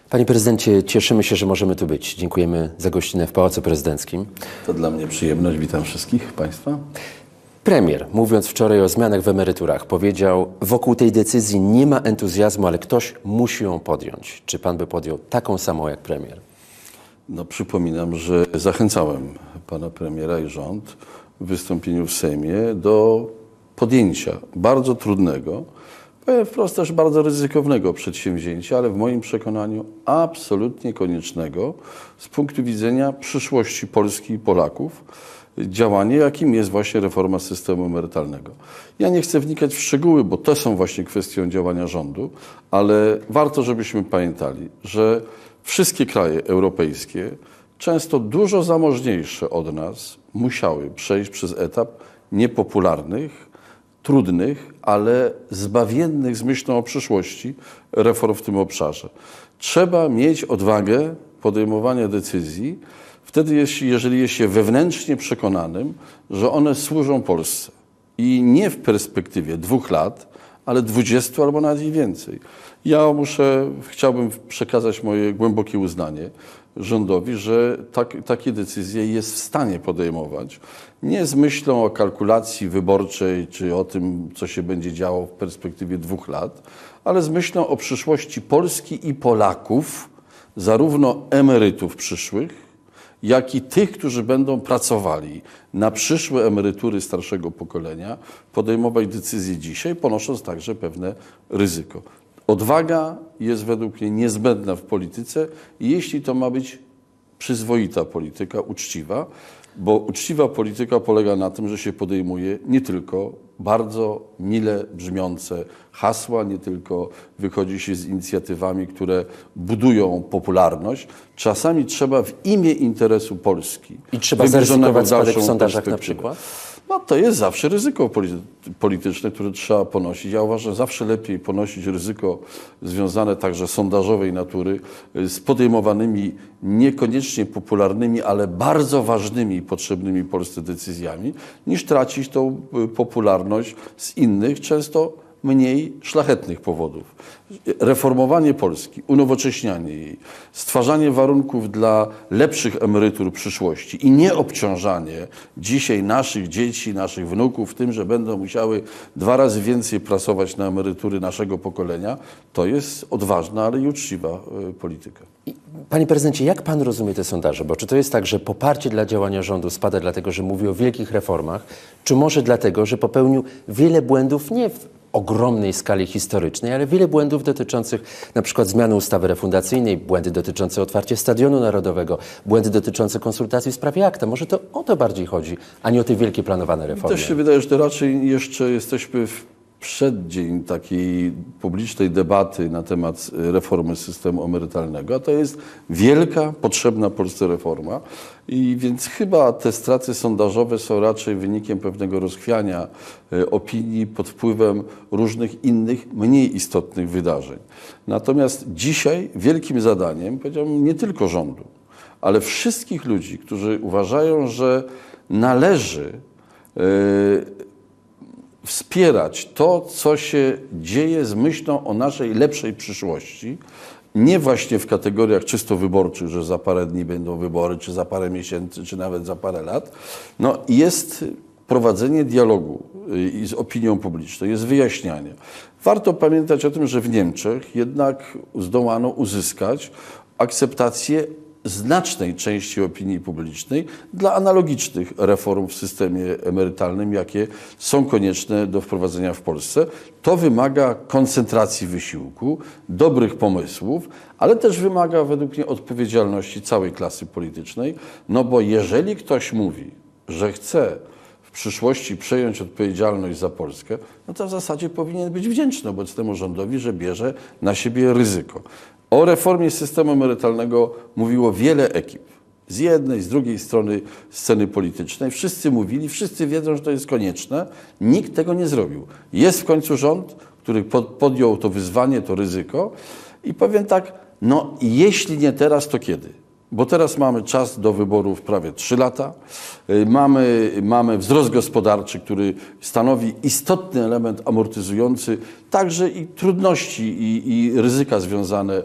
Panie prezydencie, cieszymy się, że możemy tu być. Dziękujemy za gościnę w Pałacu Prezydenckim. To dla mnie przyjemność. Witam wszystkich Państwa. Premier, mówiąc wczoraj o zmianach w emeryturach, powiedział: wokół tej decyzji nie ma entuzjazmu, ale ktoś musi ją podjąć. Czy pan by podjął taką samą jak premier? No, przypominam, że zachęcałem pana premiera i rząd w wystąpieniu w Sejmie do podjęcia bardzo trudnego, powiem wprost też bardzo ryzykownego przedsięwzięcia, ale w moim przekonaniu absolutnie koniecznego z punktu widzenia przyszłości Polski i Polaków, działanie, jakim jest właśnie reforma systemu emerytalnego. Ja nie chcę wnikać w szczegóły, bo to są właśnie kwestią działania rządu, ale warto, żebyśmy pamiętali, że wszystkie kraje europejskie, często dużo zamożniejsze od nas, musiały przejść przez etap niepopularnych, trudnych, ale zbawiennych z myślą o przyszłości reform w tym obszarze. Trzeba mieć odwagę podejmowania decyzji, wtedy, jeżeli jest się wewnętrznie przekonanym, że one służą Polsce. I nie w perspektywie 2 lat, ale 20 albo nawet i więcej. Chciałbym przekazać moje głębokie uznanie rządowi, że takie decyzje jest w stanie podejmować. Nie z myślą o kalkulacji wyborczej, czy o tym, co się będzie działo w perspektywie 2 lat, ale z myślą o przyszłości Polski i Polaków, zarówno emerytów przyszłych, jak i tych, którzy będą pracowali na przyszłe emerytury starszego pokolenia, podejmować decyzje dzisiaj, ponosząc także pewne ryzyko. Odwaga jest według mnie niezbędna w polityce, jeśli to ma być przyzwoita polityka, uczciwa, bo uczciwa polityka polega na tym, że się podejmuje nie tylko bardzo mile brzmiące hasła, nie tylko wychodzi się z inicjatywami, które budują popularność. Czasami trzeba w imię interesu Polski. I trzeba zaryzykować spadek w sondażach na przykład? No to jest zawsze ryzyko polityczne, które trzeba ponosić. Ja uważam, że zawsze lepiej ponosić ryzyko związane także sondażowej natury z podejmowanymi niekoniecznie popularnymi, ale bardzo ważnymi i potrzebnymi Polsce decyzjami, niż tracić tą popularność z innych, często mniej szlachetnych powodów. Reformowanie Polski, unowocześnianie jej, stwarzanie warunków dla lepszych emerytur przyszłości i nie obciążanie dzisiaj naszych dzieci, naszych wnuków tym, że będą musiały 2 razy więcej pracować na emerytury naszego pokolenia, to jest odważna, ale i uczciwa polityka. Panie prezydencie, jak pan rozumie te sondaże? Bo czy to jest tak, że poparcie dla działania rządu spada dlatego, że mówi o wielkich reformach, czy może dlatego, że popełnił wiele błędów nie w ogromnej skali historycznej, ale wiele błędów dotyczących na przykład zmiany ustawy refundacyjnej, błędy dotyczące otwarcia Stadionu Narodowego, błędy dotyczące konsultacji w sprawie akta. Może to o to bardziej chodzi, a nie o te wielkie planowane reformy. Też się wydaje, że to raczej jeszcze jesteśmy w przeddzień takiej publicznej debaty na temat reformy systemu emerytalnego, a to jest wielka, potrzebna Polsce reforma. I więc chyba te straty sondażowe są raczej wynikiem pewnego rozchwiania opinii pod wpływem różnych innych, mniej istotnych wydarzeń. Natomiast dzisiaj wielkim zadaniem, powiedziałbym, nie tylko rządu, ale wszystkich ludzi, którzy uważają, że należy wspierać to, co się dzieje z myślą o naszej lepszej przyszłości, nie właśnie w kategoriach czysto wyborczych, że za parę dni będą wybory, czy za parę miesięcy, czy nawet za parę lat, no jest prowadzenie dialogu z opinią publiczną, jest wyjaśnianie. Warto pamiętać o tym, że w Niemczech jednak zdołano uzyskać akceptację znacznej części opinii publicznej dla analogicznych reform w systemie emerytalnym, jakie są konieczne do wprowadzenia w Polsce. To wymaga koncentracji wysiłku, dobrych pomysłów, ale też wymaga według mnie odpowiedzialności całej klasy politycznej, no bo jeżeli ktoś mówi, że chce w przyszłości przejąć odpowiedzialność za Polskę, no to w zasadzie powinien być wdzięczny obecnemu rządowi, że bierze na siebie ryzyko. O reformie systemu emerytalnego mówiło wiele ekip. Z jednej, z drugiej strony sceny politycznej. Wszyscy mówili, wszyscy wiedzą, że to jest konieczne. Nikt tego nie zrobił. Jest w końcu rząd, który podjął to wyzwanie, to ryzyko. I powiem tak, no jeśli nie teraz, to kiedy? Bo teraz mamy czas do wyborów prawie 3 lata. Mamy wzrost gospodarczy, który stanowi istotny element amortyzujący także i trudności i ryzyka związane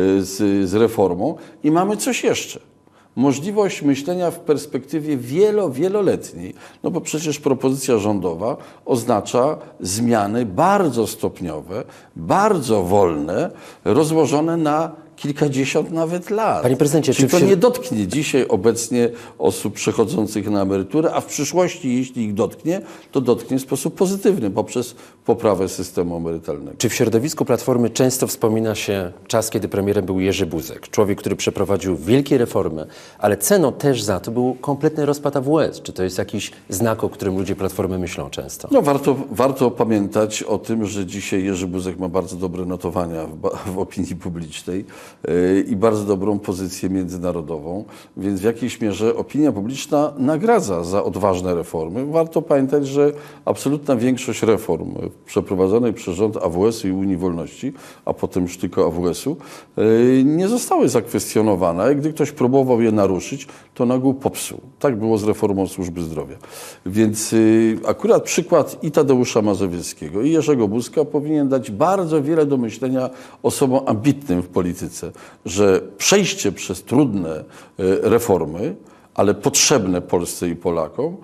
z reformą. I mamy coś jeszcze. Możliwość myślenia w perspektywie wieloletniej. No bo przecież propozycja rządowa oznacza zmiany bardzo stopniowe, bardzo wolne, rozłożone na kilkadziesiąt nawet lat. Panie prezydencie, Czyli czy to nie dotknie dzisiaj obecnie osób przechodzących na emeryturę, a w przyszłości, jeśli ich dotknie, to dotknie w sposób pozytywny poprzez poprawę systemu emerytalnego. Czy w środowisku Platformy często wspomina się czas, kiedy premierem był Jerzy Buzek, człowiek, który przeprowadził wielkie reformy, ale ceną też za to był kompletny rozpad AWS? Czy to jest jakiś znak, o którym ludzie Platformy myślą często? No warto pamiętać o tym, że dzisiaj Jerzy Buzek ma bardzo dobre notowania w opinii publicznej i bardzo dobrą pozycję międzynarodową, więc w jakiejś mierze opinia publiczna nagradza za odważne reformy. Warto pamiętać, że absolutna większość reform przeprowadzonych przez rząd AWS-u i Unii Wolności, a potem już tylko AWS-u, nie zostały zakwestionowane. Gdy ktoś próbował je naruszyć, to na ogół popsuł. Tak było z reformą służby zdrowia. Więc akurat przykład i Tadeusza Mazowieckiego, i Jerzego Buzka powinien dać bardzo wiele do myślenia osobom ambitnym w polityce, że przejście przez trudne reformy, ale potrzebne Polsce i Polakom,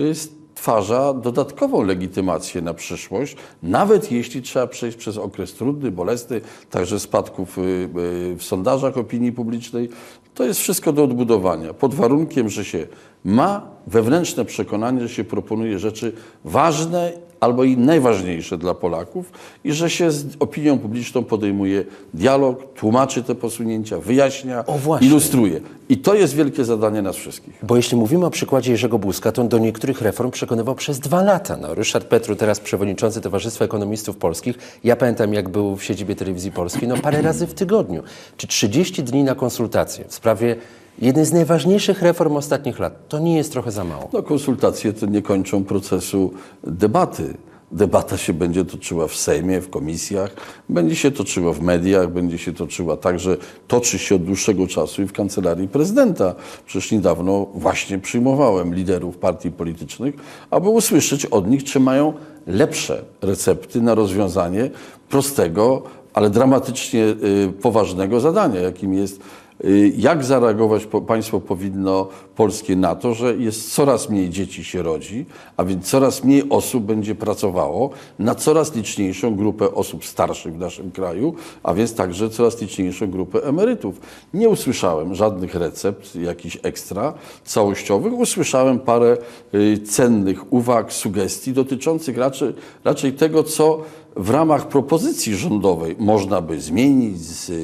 stwarza dodatkową legitymację na przyszłość, nawet jeśli trzeba przejść przez okres trudny, bolesny, także spadków w sondażach opinii publicznej. To jest wszystko do odbudowania, pod warunkiem, że się ma wewnętrzne przekonanie, że się proponuje rzeczy ważne albo i najważniejsze dla Polaków i że się z opinią publiczną podejmuje dialog, tłumaczy te posunięcia, wyjaśnia, ilustruje. I to jest wielkie zadanie nas wszystkich. Bo jeśli mówimy o przykładzie Jerzego Buzka, to on do niektórych reform przekonywał przez 2 lata. No, Ryszard Petru, teraz przewodniczący Towarzystwa Ekonomistów Polskich, ja pamiętam, jak był w siedzibie Telewizji Polskiej, no parę razy w tygodniu. Czy 30 dni na konsultacje w sprawie jednej z najważniejszych reform ostatnich lat, to nie jest trochę za mało? No, konsultacje to nie kończą procesu debaty. Debata się będzie toczyła w Sejmie, w komisjach, będzie się toczyła w mediach, będzie się toczyła także, toczy się od dłuższego czasu i w Kancelarii Prezydenta. Przecież niedawno właśnie przyjmowałem liderów partii politycznych, aby usłyszeć od nich, czy mają lepsze recepty na rozwiązanie prostego, ale dramatycznie poważnego zadania, jakim jest jak zareagować państwo powinno polskie na to, że jest coraz mniej dzieci się rodzi, a więc coraz mniej osób będzie pracowało na coraz liczniejszą grupę osób starszych w naszym kraju, a więc także coraz liczniejszą grupę emerytów. Nie usłyszałem żadnych recept, jakichś ekstra całościowych. Usłyszałem parę cennych uwag, sugestii dotyczących raczej tego, co w ramach propozycji rządowej można by zmienić,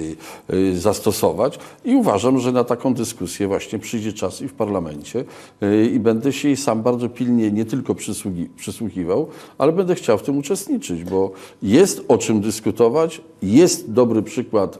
zastosować i uważam, że na taką dyskusję właśnie przyjdzie czas i w parlamencie i będę się jej sam bardzo pilnie nie tylko przysłuchiwał, ale będę chciał w tym uczestniczyć, bo jest o czym dyskutować, jest dobry przykład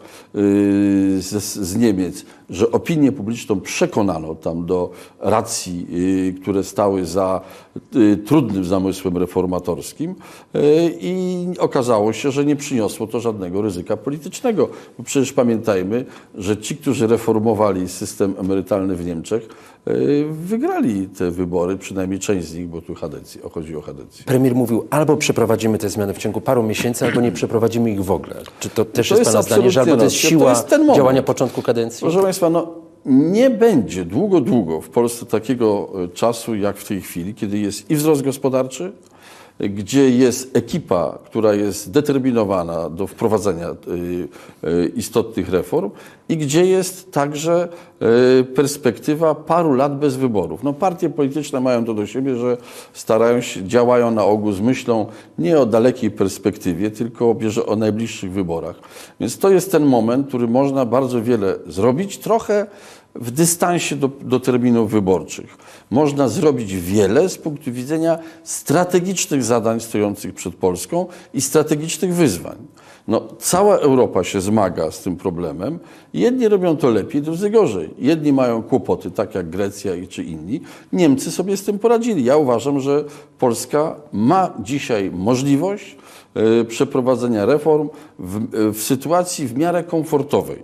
z Niemiec, że opinię publiczną przekonano tam do racji, które stały za trudnym zamysłem reformatorskim i okazało się, że nie przyniosło to żadnego ryzyka politycznego. Bo przecież pamiętajmy, że ci, którzy reformowali system emerytalny w Niemczech, wygrali te wybory, przynajmniej część z nich, bo tu chodzi o kadencję. Premier mówił, albo przeprowadzimy te zmiany w ciągu paru miesięcy, albo nie przeprowadzimy ich w ogóle. Czy to też jest Pana zdanie, że albo to jest siła działania początku kadencji? Proszę Państwa, no nie będzie długo w Polsce takiego czasu jak w tej chwili, kiedy jest i wzrost gospodarczy, gdzie jest ekipa, która jest zdeterminowana do wprowadzenia istotnych reform i gdzie jest także perspektywa paru lat bez wyborów. No, partie polityczne mają to do siebie, że działają na ogół z myślą nie o dalekiej perspektywie, tylko o najbliższych wyborach. Więc to jest ten moment, w którym można bardzo wiele zrobić, trochę w dystansie do terminów wyborczych. Można zrobić wiele z punktu widzenia strategicznych zadań stojących przed Polską i strategicznych wyzwań. No, cała Europa się zmaga z tym problemem. Jedni robią to lepiej, drudzy gorzej. Jedni mają kłopoty, tak jak Grecja czy inni. Niemcy sobie z tym poradzili. Ja uważam, że Polska ma dzisiaj możliwość przeprowadzenia reform w sytuacji w miarę komfortowej.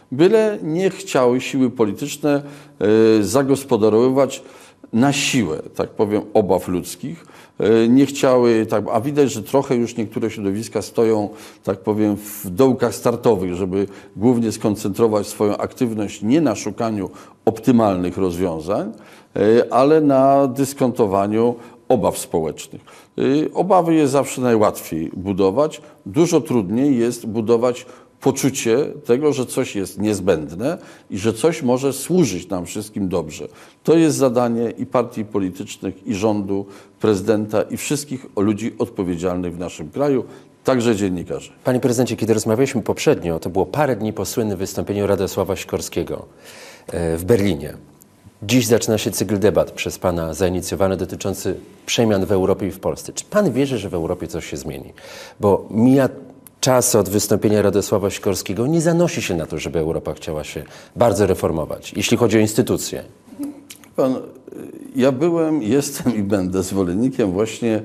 Byle nie chciały siły polityczne zagospodarowywać na siłę, tak powiem, obaw ludzkich. Nie chciały, tak, a widać, że trochę już niektóre środowiska stoją, tak powiem, w dołkach startowych, żeby głównie skoncentrować swoją aktywność nie na szukaniu optymalnych rozwiązań, ale na dyskontowaniu obaw społecznych. Obawy jest zawsze najłatwiej budować, dużo trudniej jest budować poczucie tego, że coś jest niezbędne i że coś może służyć nam wszystkim dobrze. To jest zadanie i partii politycznych, i rządu, prezydenta, i wszystkich ludzi odpowiedzialnych w naszym kraju, także dziennikarzy. Panie prezydencie, kiedy rozmawialiśmy poprzednio, to było parę dni po słynnym wystąpieniu Radosława Sikorskiego w Berlinie. Dziś zaczyna się cykl debat przez pana zainicjowany dotyczący przemian w Europie i w Polsce. Czy pan wierzy, że w Europie coś się zmieni? Bo mija czas od wystąpienia Radosława Sikorskiego, nie zanosi się na to, żeby Europa chciała się bardzo reformować, jeśli chodzi o instytucje. Pan, ja byłem, jestem i będę zwolennikiem właśnie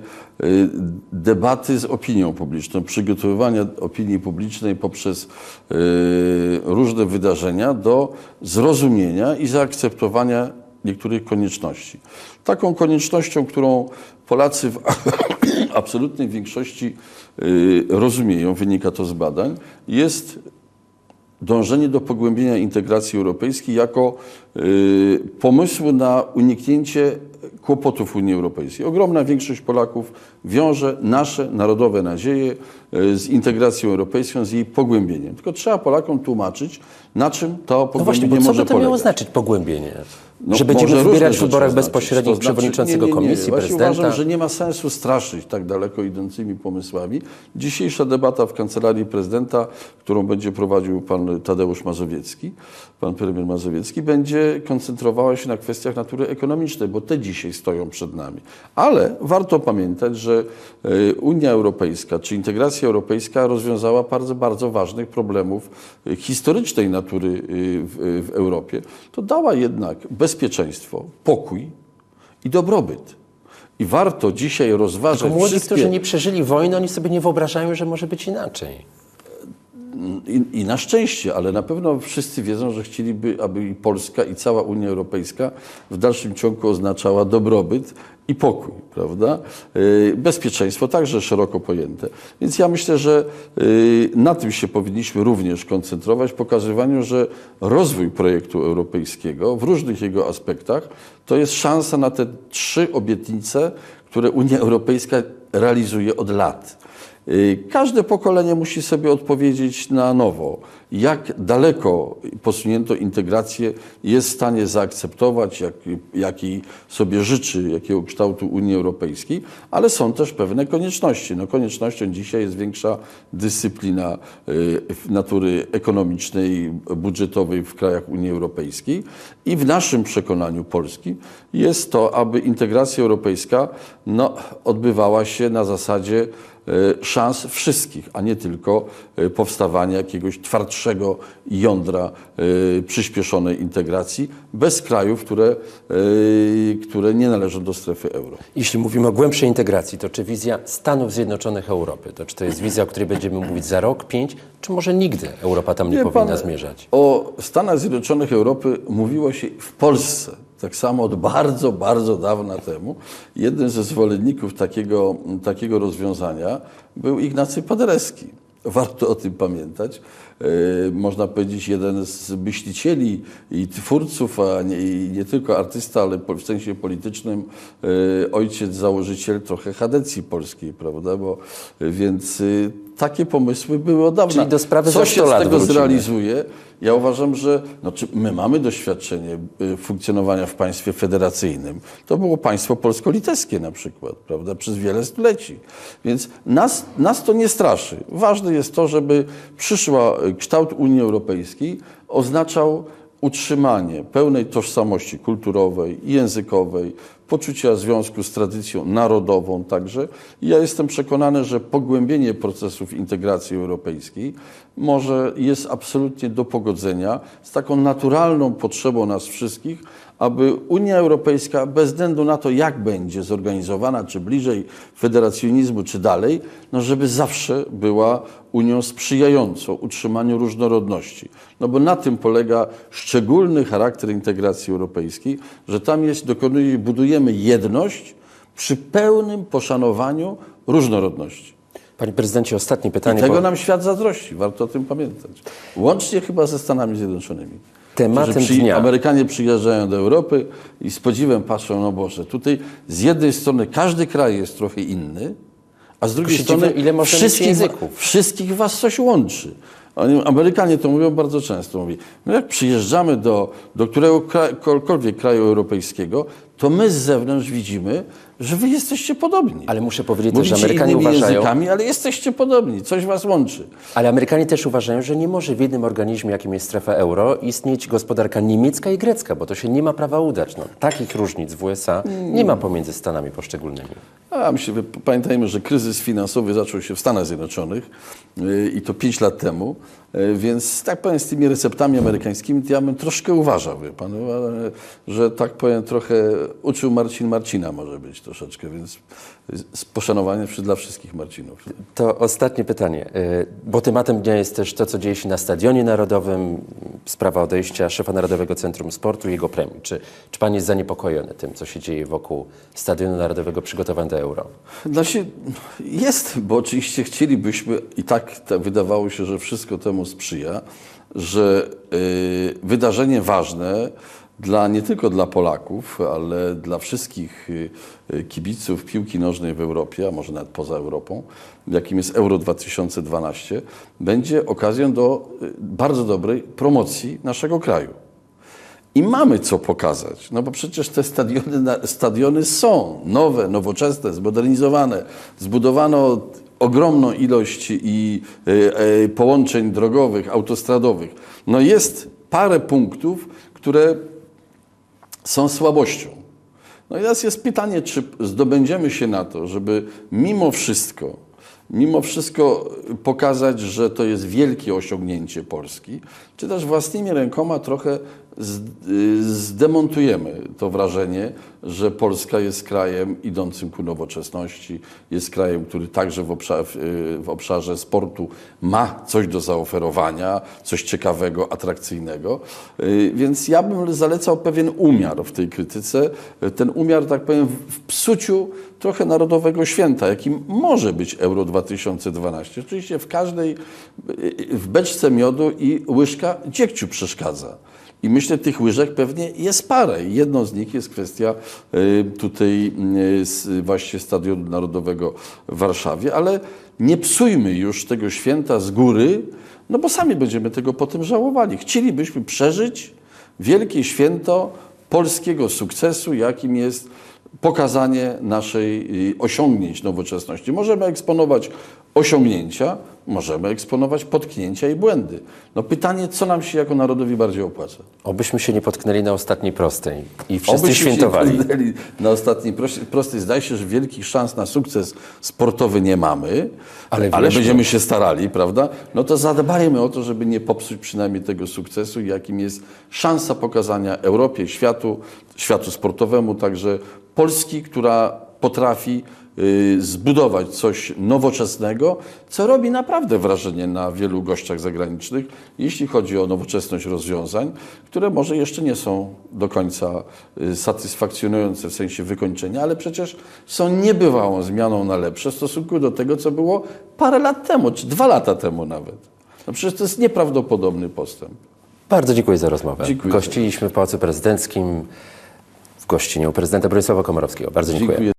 debaty z opinią publiczną, przygotowywania opinii publicznej poprzez różne wydarzenia do zrozumienia i zaakceptowania niektórych konieczności. Taką koniecznością, którą Polacy w absolutnej większości rozumieją, wynika to z badań, jest dążenie do pogłębienia integracji europejskiej jako pomysłu na uniknięcie kłopotów Unii Europejskiej. Ogromna większość Polaków wiąże nasze narodowe nadzieje z integracją europejską, z jej pogłębieniem. Tylko trzeba Polakom tłumaczyć, na czym to pogłębienie No właśnie, bo co może by to polegać. miało znaczyć pogłębienie? No, że będziemy może wybierać w różne wyborach rzeczy bezpośrednich oznaczać. przewodniczącego komisji, Właśnie prezydenta? uważam, że nie ma sensu straszyć tak daleko idącymi pomysłami. Dzisiejsza debata w Kancelarii Prezydenta, którą będzie prowadził pan Tadeusz Mazowiecki, pan premier Mazowiecki, będzie koncentrowała się na kwestiach natury ekonomicznej, bo te dzisiaj stoją przed nami. Ale warto pamiętać, że Unia Europejska czy integracja europejska rozwiązała bardzo, bardzo ważnych problemów historycznej natury w Europie. To dała jednak bezpieczeństwo, pokój i dobrobyt. I warto dzisiaj rozważać Tylko młodzi, wszystkie... którzy nie przeżyli wojny, oni sobie nie wyobrażają, że może być inaczej. I na szczęście, ale na pewno wszyscy wiedzą, że chcieliby, aby i Polska, i cała Unia Europejska w dalszym ciągu oznaczała dobrobyt i pokój, prawda? Bezpieczeństwo także szeroko pojęte. Więc ja myślę, że na tym się powinniśmy również koncentrować, pokazywaniu, że rozwój projektu europejskiego w różnych jego aspektach to jest szansa na te 3 obietnice, które Unia Europejska realizuje od lat. Każde pokolenie musi sobie odpowiedzieć na nowo, jak daleko posuniętą integrację jest w stanie zaakceptować, jakiej sobie życzy, jakiego kształtu Unii Europejskiej, ale są też pewne konieczności. No, koniecznością dzisiaj jest większa dyscyplina natury ekonomicznej, budżetowej w krajach Unii Europejskiej i w naszym przekonaniu polskim jest to, aby integracja europejska odbywała się na zasadzie szans wszystkich, a nie tylko powstawania jakiegoś twardszego jądra przyspieszonej integracji bez krajów, które nie należą do strefy euro. Jeśli mówimy o głębszej integracji, to czy wizja Stanów Zjednoczonych Europy, to czy to jest wizja, o której będziemy mówić za rok, 5, czy może nigdy Europa tam nie powinna zmierzać? O Stanach Zjednoczonych Europy mówiło się w Polsce. Tak samo od bardzo, bardzo dawna temu. Jednym ze zwolenników takiego rozwiązania był Ignacy Paderewski. Warto o tym pamiętać. Można powiedzieć, jeden z myślicieli i twórców, a nie tylko artysta, ale w sensie politycznym ojciec, założyciel trochę chadecji polskiej, prawda? Więc takie pomysły były od dawna. Czyli do sprawy za Co się 100 lat z tego wrócimy. zrealizuje? Ja uważam, że my mamy doświadczenie funkcjonowania w państwie federacyjnym. To było państwo polsko-litewskie na przykład, prawda, przez wiele stuleci. Więc nas to nie straszy. Ważne jest to, żeby kształt Unii Europejskiej oznaczał utrzymanie pełnej tożsamości kulturowej i językowej, poczucia związku z tradycją narodową także. I ja jestem przekonany, że pogłębienie procesów integracji europejskiej jest absolutnie do pogodzenia z taką naturalną potrzebą nas wszystkich, aby Unia Europejska, bez względu na to, jak będzie zorganizowana, czy bliżej federacjonizmu, czy dalej, no żeby zawsze była Unią sprzyjającą utrzymaniu różnorodności. No bo na tym polega szczególny charakter integracji europejskiej, że tam budujemy jedność przy pełnym poszanowaniu różnorodności. Panie prezydencie, ostatnie pytanie. I tego nam świat zazdrości, warto o tym pamiętać. Łącznie chyba ze Stanami Zjednoczonymi. Tematem dnia. Amerykanie przyjeżdżają do Europy i z podziwem patrzą, no Boże, tutaj z jednej strony każdy kraj jest trochę inny, a z drugiej strony ile można mieć języków? wszystkich was coś łączy. Amerykanie to mówią bardzo często. Mówi, no jak przyjeżdżamy do któregokolwiek kraju europejskiego, to my z zewnątrz widzimy, że wy jesteście podobni. Ale muszę powiedzieć też, Mówicie że Amerykanie innymi uważają... językami, ale jesteście podobni, coś was łączy. Ale Amerykanie też uważają, że nie może w jednym organizmie, jakim jest strefa euro, istnieć gospodarka niemiecka i grecka, bo to się nie ma prawa udać. No, takich różnic w USA nie ma pomiędzy Stanami poszczególnymi. Pamiętajmy, że kryzys finansowy zaczął się w Stanach Zjednoczonych i to 5 lat temu, więc tak powiem z tymi receptami amerykańskimi to ja bym troszkę uważał, wie pan, że tak powiem trochę uczył Marcin Marcina może być troszeczkę, więc poszanowanie dla wszystkich Marcinów. To ostatnie pytanie, bo tematem dnia jest też to, co dzieje się na Stadionie Narodowym, sprawa odejścia szefa Narodowego Centrum Sportu i jego premii. Czy pan jest zaniepokojony tym, co się dzieje wokół Stadionu Narodowego przygotowań do Euro? Znaczy, jest, bo oczywiście chcielibyśmy i tak wydawało się, że wszystko temu sprzyja, że wydarzenie ważne nie tylko dla Polaków, ale dla wszystkich kibiców piłki nożnej w Europie, a może nawet poza Europą, jakim jest Euro 2012, będzie okazją do bardzo dobrej promocji naszego kraju. I mamy co pokazać, no bo przecież te stadiony są nowe, nowoczesne, zmodernizowane, zbudowano ogromną ilość połączeń drogowych, autostradowych. No jest parę punktów, które są słabością. No i teraz jest pytanie, czy zdobędziemy się na to, żeby mimo wszystko pokazać, że to jest wielkie osiągnięcie Polski, czy też własnymi rękoma trochę zdemontujemy to wrażenie, że Polska jest krajem idącym ku nowoczesności, jest krajem, który także w obszarze sportu ma coś do zaoferowania, coś ciekawego, atrakcyjnego. Więc ja bym zalecał pewien umiar w tej krytyce, ten umiar, tak powiem, w psuciu trochę narodowego święta, jakim może być Euro 2012. Oczywiście w beczce miodu i łyżka dziegciu przeszkadza. I myślę, tych łyżek pewnie jest parę. I jedną z nich jest kwestia tutaj właśnie Stadionu Narodowego w Warszawie, ale nie psujmy już tego święta z góry, no bo sami będziemy tego potem żałowali. Chcielibyśmy przeżyć wielkie święto polskiego sukcesu, jakim jest pokazanie naszej osiągnięć nowoczesności. Możemy eksponować osiągnięcia, możemy eksponować potknięcia i błędy. No pytanie, co nam się jako narodowi bardziej opłaca? Obyśmy się nie potknęli na ostatniej prostej i wszyscy świętowali. Obyśmy się nie potknęli na ostatniej prostej. Zdaje się, że wielkich szans na sukces sportowy nie mamy, ale będziemy się starali, prawda? No to zadbajmy o to, żeby nie popsuć przynajmniej tego sukcesu, jakim jest szansa pokazania Europie, światu sportowemu, także Polski, która potrafi zbudować coś nowoczesnego, co robi naprawdę wrażenie na wielu gościach zagranicznych, jeśli chodzi o nowoczesność rozwiązań, które może jeszcze nie są do końca satysfakcjonujące w sensie wykończenia, ale przecież są niebywałą zmianą na lepsze w stosunku do tego, co było parę lat temu, czy 2 lata temu nawet. No przecież to jest nieprawdopodobny postęp. Bardzo dziękuję za rozmowę. Dziękuję. Gościliśmy w Pałacu Prezydenckim w gościnie u prezydenta Bronisława Komorowskiego. Bardzo dziękuję.